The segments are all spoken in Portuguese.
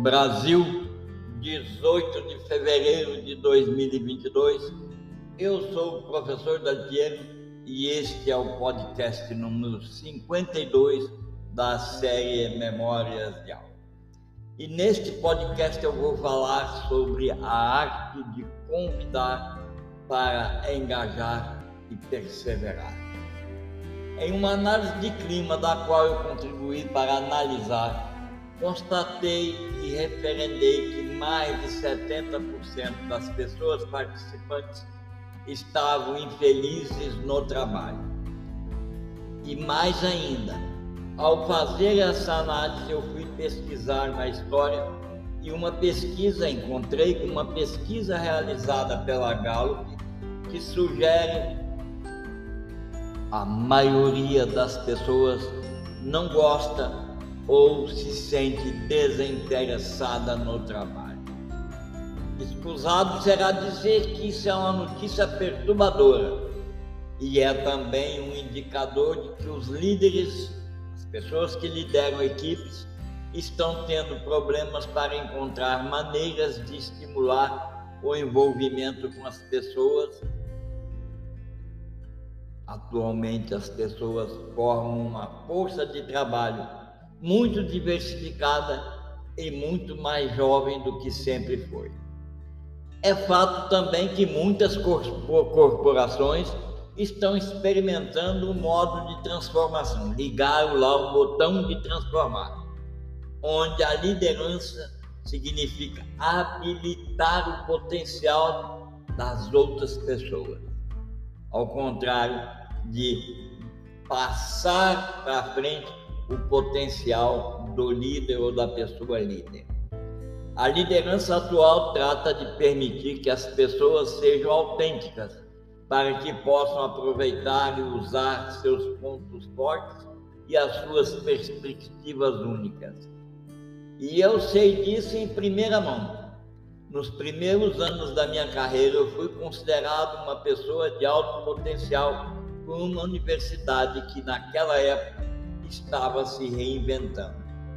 Brasil, 18 de fevereiro de 2022. Eu sou o professor Daltiero e este é o podcast número 52 da série Memórias de Aula. E neste podcast eu vou falar sobre a arte de convidar para engajar e perseverar. Em uma análise de clima da qual eu contribuí para analisar, constatei e referendei que mais de 70% das pessoas participantes estavam infelizes no trabalho. E mais ainda, ao fazer essa análise, eu fui pesquisar na história e encontrei uma pesquisa realizada pela Gallup que sugere a maioria das pessoas não gosta ou se sente desinteressada no trabalho. Escusado será dizer que isso é uma notícia perturbadora e é também um indicador de que os líderes, as pessoas que lideram equipes, estão tendo problemas para encontrar maneiras de estimular o envolvimento com as pessoas. Atualmente as pessoas formam uma força de trabalho muito diversificada e muito mais jovem do que sempre foi. É fato também que muitas corporações estão experimentando um modo de transformação. Ligaram lá o botão de transformar, onde a liderança significa habilitar o potencial das outras pessoas, ao contrário de passar para frente o potencial do líder ou da pessoa líder. A liderança atual trata de permitir que as pessoas sejam autênticas para que possam aproveitar e usar seus pontos fortes e as suas perspectivas únicas. E eu sei disso em primeira mão. Nos primeiros anos da minha carreira, eu fui considerado uma pessoa de alto potencial por uma universidade que naquela época estava se reinventando.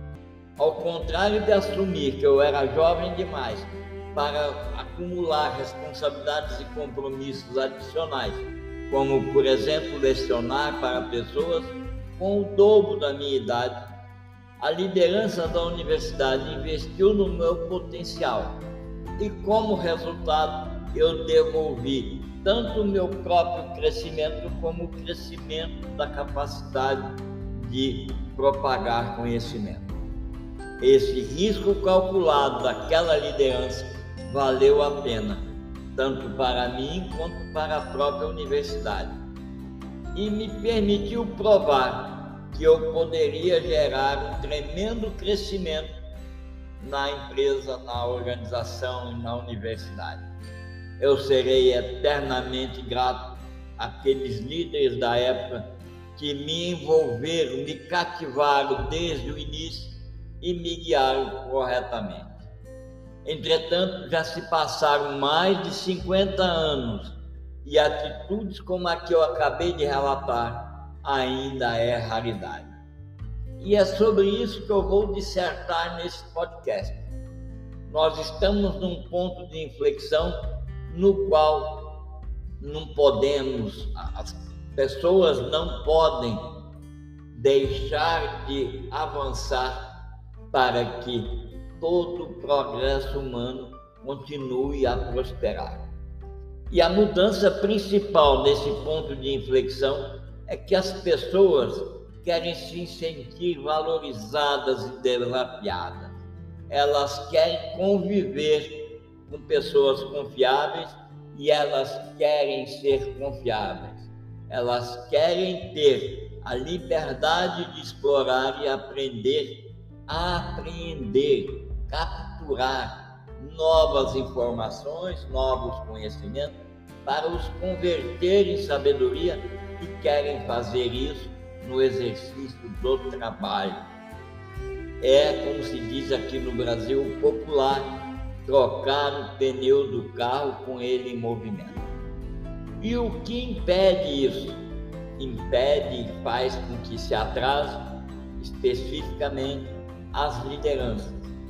Ao contrário de assumir que eu era jovem demais para acumular responsabilidades e compromissos adicionais, como, por exemplo, lecionar para pessoas com o dobro da minha idade, a liderança da universidade investiu no meu potencial e, como resultado, eu devolvi tanto o meu próprio crescimento como o crescimento da capacidade de propagar conhecimento. Esse risco calculado daquela liderança valeu a pena, tanto para mim quanto para a própria universidade, e me permitiu provar que eu poderia gerar um tremendo crescimento na empresa, na organização e na universidade. Eu serei eternamente grato àqueles líderes da época que me envolveram, me cativaram desde o início e me guiaram corretamente. Entretanto, já se passaram mais de 50 anos e atitudes como a que eu acabei de relatar ainda é raridade. E é sobre isso que eu vou dissertar nesse podcast. Nós estamos num ponto de inflexão no qual as pessoas não podem deixar de avançar para que todo o progresso humano continue a prosperar. E a mudança principal nesse ponto de inflexão é que as pessoas querem se sentir valorizadas e desafiadas. Elas querem conviver com pessoas confiáveis e elas querem ser confiáveis. Elas querem ter a liberdade de explorar e aprender, capturar novas informações, novos conhecimentos, para os converter em sabedoria e querem fazer isso no exercício do trabalho. É, como se diz aqui no Brasil, popular, trocar o pneu do carro com ele em movimento. E o que impede isso? Impede e faz com que se atrase especificamente as lideranças,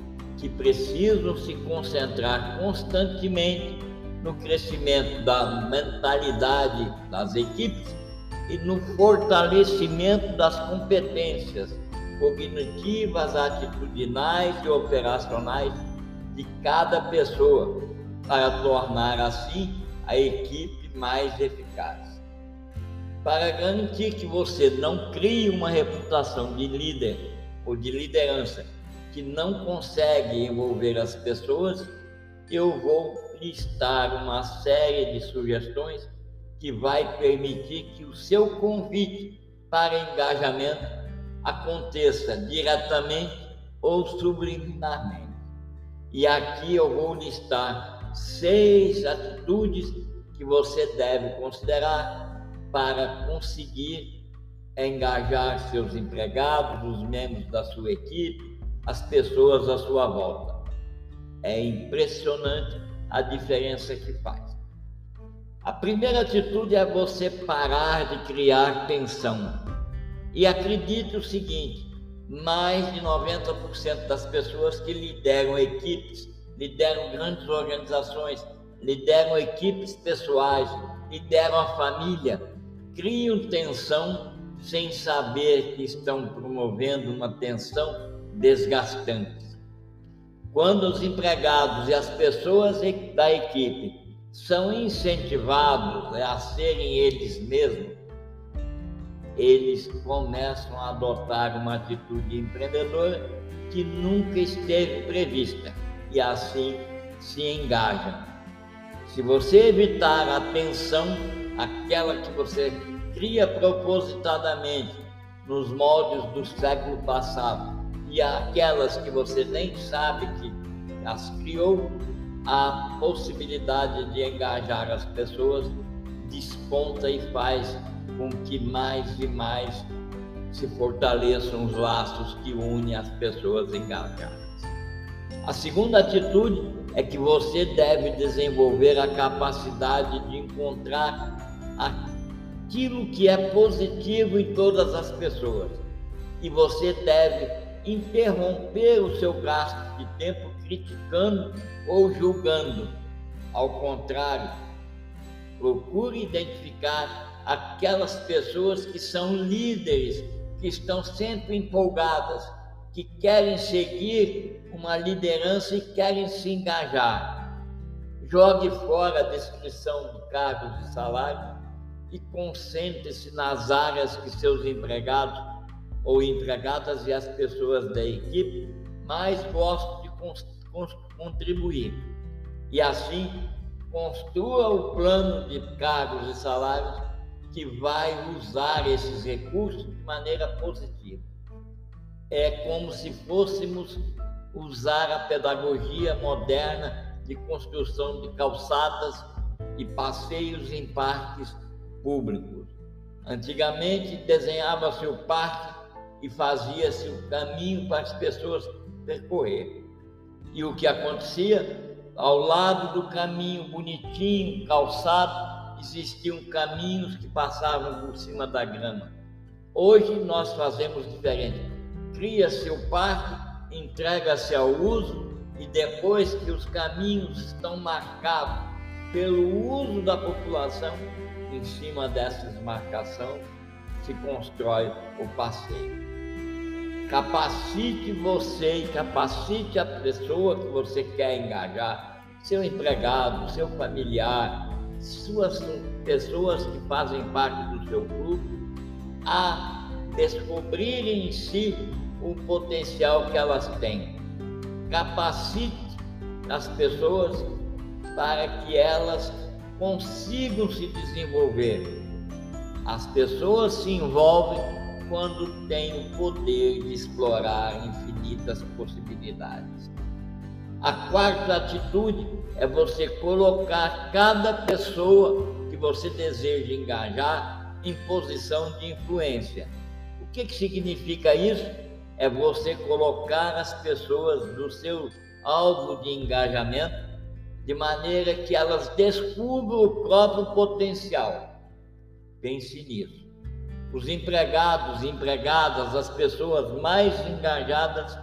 que precisam se concentrar constantemente no crescimento da mentalidade das equipes e no fortalecimento das competências cognitivas, atitudinais e operacionais de cada pessoa, para tornar assim a equipe mais eficaz. Para garantir que você não crie uma reputação de líder ou de liderança que não consegue envolver as pessoas, eu vou listar uma série de sugestões que vai permitir que o seu convite para engajamento aconteça diretamente ou subliminarmente. E aqui eu vou listar 6 atitudes que você deve considerar para conseguir engajar seus empregados, os membros da sua equipe, as pessoas à sua volta. É impressionante a diferença que faz. A primeira atitude é você parar de criar tensão. E acredite o seguinte, mais de 90% das pessoas que lideram equipes, lideram grandes organizações, lideram equipes pessoais, lideram a família, criam tensão sem saber que estão promovendo uma tensão desgastante. Quando os empregados e as pessoas da equipe são incentivados a serem eles mesmos, eles começam a adotar uma atitude empreendedora que nunca esteve prevista e assim se engajam. Se você evitar a tensão, aquela que você cria propositadamente nos moldes do século passado e aquelas que você nem sabe que as criou, a possibilidade de engajar as pessoas desponta e faz com que mais e mais se fortaleçam os laços que unem as pessoas engajadas. A segunda atitude é que você deve desenvolver a capacidade de encontrar aquilo que é positivo em todas as pessoas. E você deve interromper o seu gasto de tempo criticando ou julgando. Ao contrário, procure identificar aquelas pessoas que são líderes, que estão sempre empolgadas, que querem seguir uma liderança e querem se engajar. Jogue fora a descrição de cargos e salários e concentre-se nas áreas que seus empregados ou empregadas e as pessoas da equipe mais gostam de contribuir. E assim, construa o plano de cargos e salários que vai usar esses recursos de maneira positiva. É como se fôssemos usar a pedagogia moderna de construção de calçadas e passeios em parques públicos. Antigamente desenhava-se o parque e fazia-se o caminho para as pessoas percorrer. E o que acontecia? Ao lado do caminho bonitinho, calçado, existiam caminhos que passavam por cima da grama. Hoje nós fazemos diferente. Cria-se o parque, entrega-se ao uso e depois que os caminhos estão marcados pelo uso da população, em cima dessas marcações se constrói o passeio. Capacite você e capacite a pessoa que você quer engajar, seu empregado, seu familiar, suas pessoas que fazem parte do seu grupo, a descobrirem em si o potencial que elas têm. Capacite as pessoas para que elas consigam se desenvolver. As pessoas se envolvem quando têm o poder de explorar infinitas possibilidades. A quarta atitude é você colocar cada pessoa que você deseja engajar em posição de influência. O que significa isso? É você colocar as pessoas do seu alvo de engajamento de maneira que elas descubram o próprio potencial. Pense nisso. Os empregados e empregadas, as pessoas mais engajadas,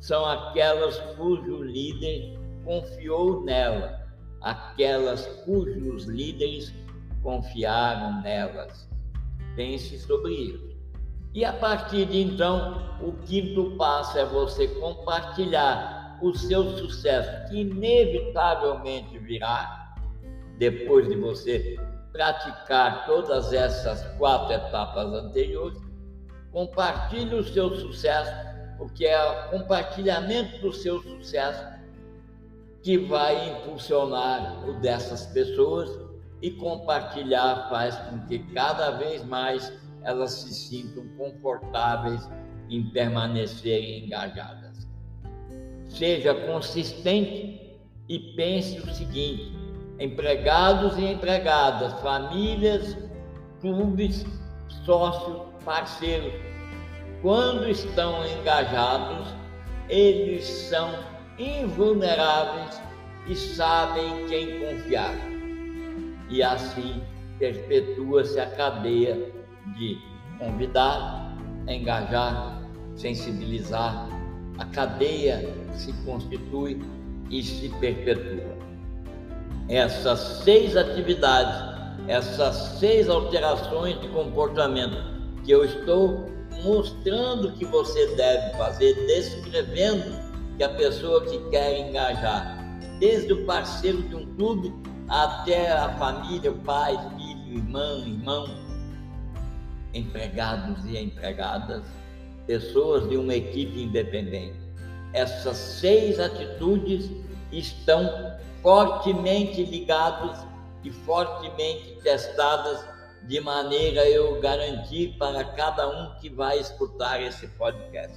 são aquelas cujo líder confiou nela, aquelas cujos líderes confiaram nelas. Pense sobre isso. E a partir de então, o quinto passo é você compartilhar o seu sucesso, que inevitavelmente virá depois de você praticar todas essas 4 etapas anteriores. Compartilhe o seu sucesso, porque é o compartilhamento do seu sucesso que vai impulsionar o dessas pessoas, e compartilhar faz com que cada vez mais elas se sintam confortáveis em permanecerem engajadas. Seja consistente e pense o seguinte: empregados e empregadas, famílias, clubes, sócios, parceiros, quando estão engajados, eles são invulneráveis e sabem quem confiar. E assim perpetua-se a cadeia de convidar, engajar, sensibilizar. A cadeia se constitui e se perpetua. Essas 6 atividades, essas 6 alterações de comportamento que eu estou mostrando que você deve fazer, descrevendo que a pessoa que quer engajar, desde o parceiro de um clube até a família, o pai, filho, irmão, empregados e empregadas, pessoas de uma equipe independente. Essas 6 atitudes estão fortemente ligadas e fortemente testadas, de maneira a eu garantir para cada um que vai escutar esse podcast: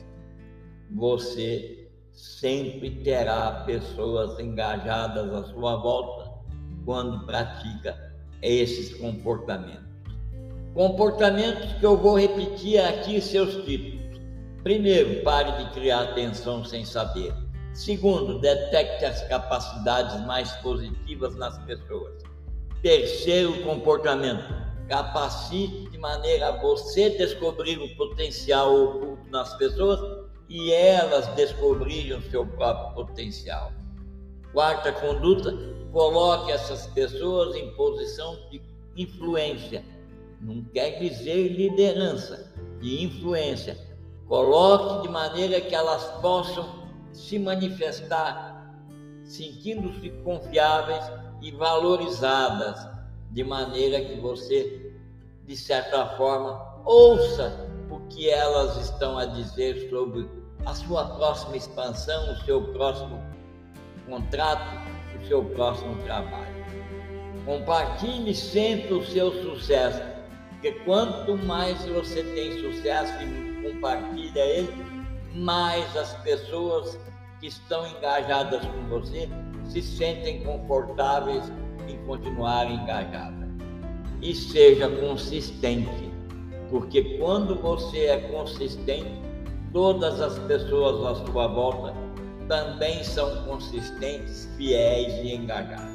você sempre terá pessoas engajadas à sua volta quando pratica esses comportamentos. Comportamentos que eu vou repetir aqui seus títulos. Primeiro, pare de criar tensão sem saber. Segundo, detecte as capacidades mais positivas nas pessoas. Terceiro comportamento, capacite de maneira a você descobrir o potencial oculto nas pessoas e elas descobrirem o seu próprio potencial. Quarta conduta, coloque essas pessoas em posição de influência. Não quer dizer liderança, de influência. Coloque de maneira que elas possam se manifestar sentindo-se confiáveis e valorizadas, de maneira que você, de certa forma, ouça o que elas estão a dizer sobre a sua próxima expansão, o seu próximo contrato, o seu próximo trabalho. Compartilhe sempre o seu sucesso, porque quanto mais você tem sucesso e compartilha ele, mais as pessoas que estão engajadas com você se sentem confortáveis em continuar engajadas. E seja consistente, porque quando você é consistente, todas as pessoas à sua volta também são consistentes, fiéis e engajadas.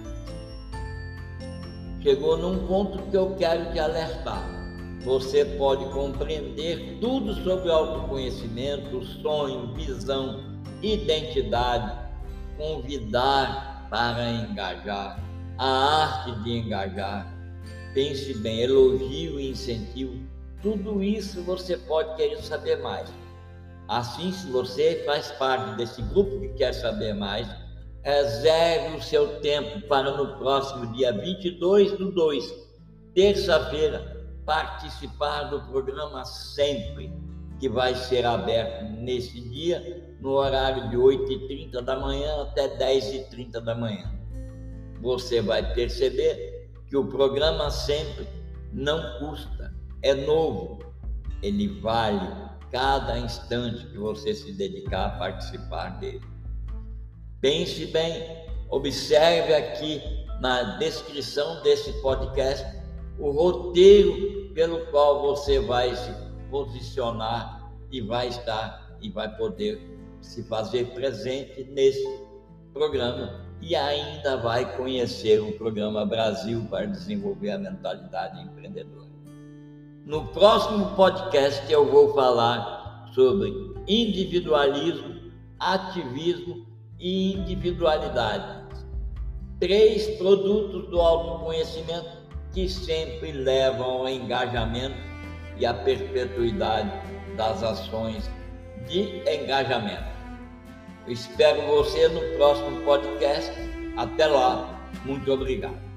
Chegou num ponto que eu quero te alertar. Você pode compreender tudo sobre autoconhecimento, sonho, visão, identidade, convidar para engajar, a arte de engajar. Pense bem, elogio e incentivo, tudo isso você pode querer saber mais. Assim, se você faz parte desse grupo que quer saber mais, reserve o seu tempo para no próximo dia 22/2, terça-feira, participar do programa Sempre, que vai ser aberto nesse dia, no horário de 8h30 da manhã até 10h30 da manhã. Você vai perceber que o programa Sempre não custa, é novo, ele vale cada instante que você se dedicar a participar dele. Pense bem, observe aqui na descrição desse podcast o roteiro pelo qual você vai se posicionar e vai estar e vai poder se fazer presente nesse programa, e ainda vai conhecer o programa Brasil para desenvolver a mentalidade empreendedora. No próximo podcast eu vou falar sobre individualismo ativismo e individualidade. 3 produtos do autoconhecimento que sempre levam ao engajamento e à perpetuidade das ações de engajamento. Eu espero você no próximo podcast. Até lá. Muito obrigado.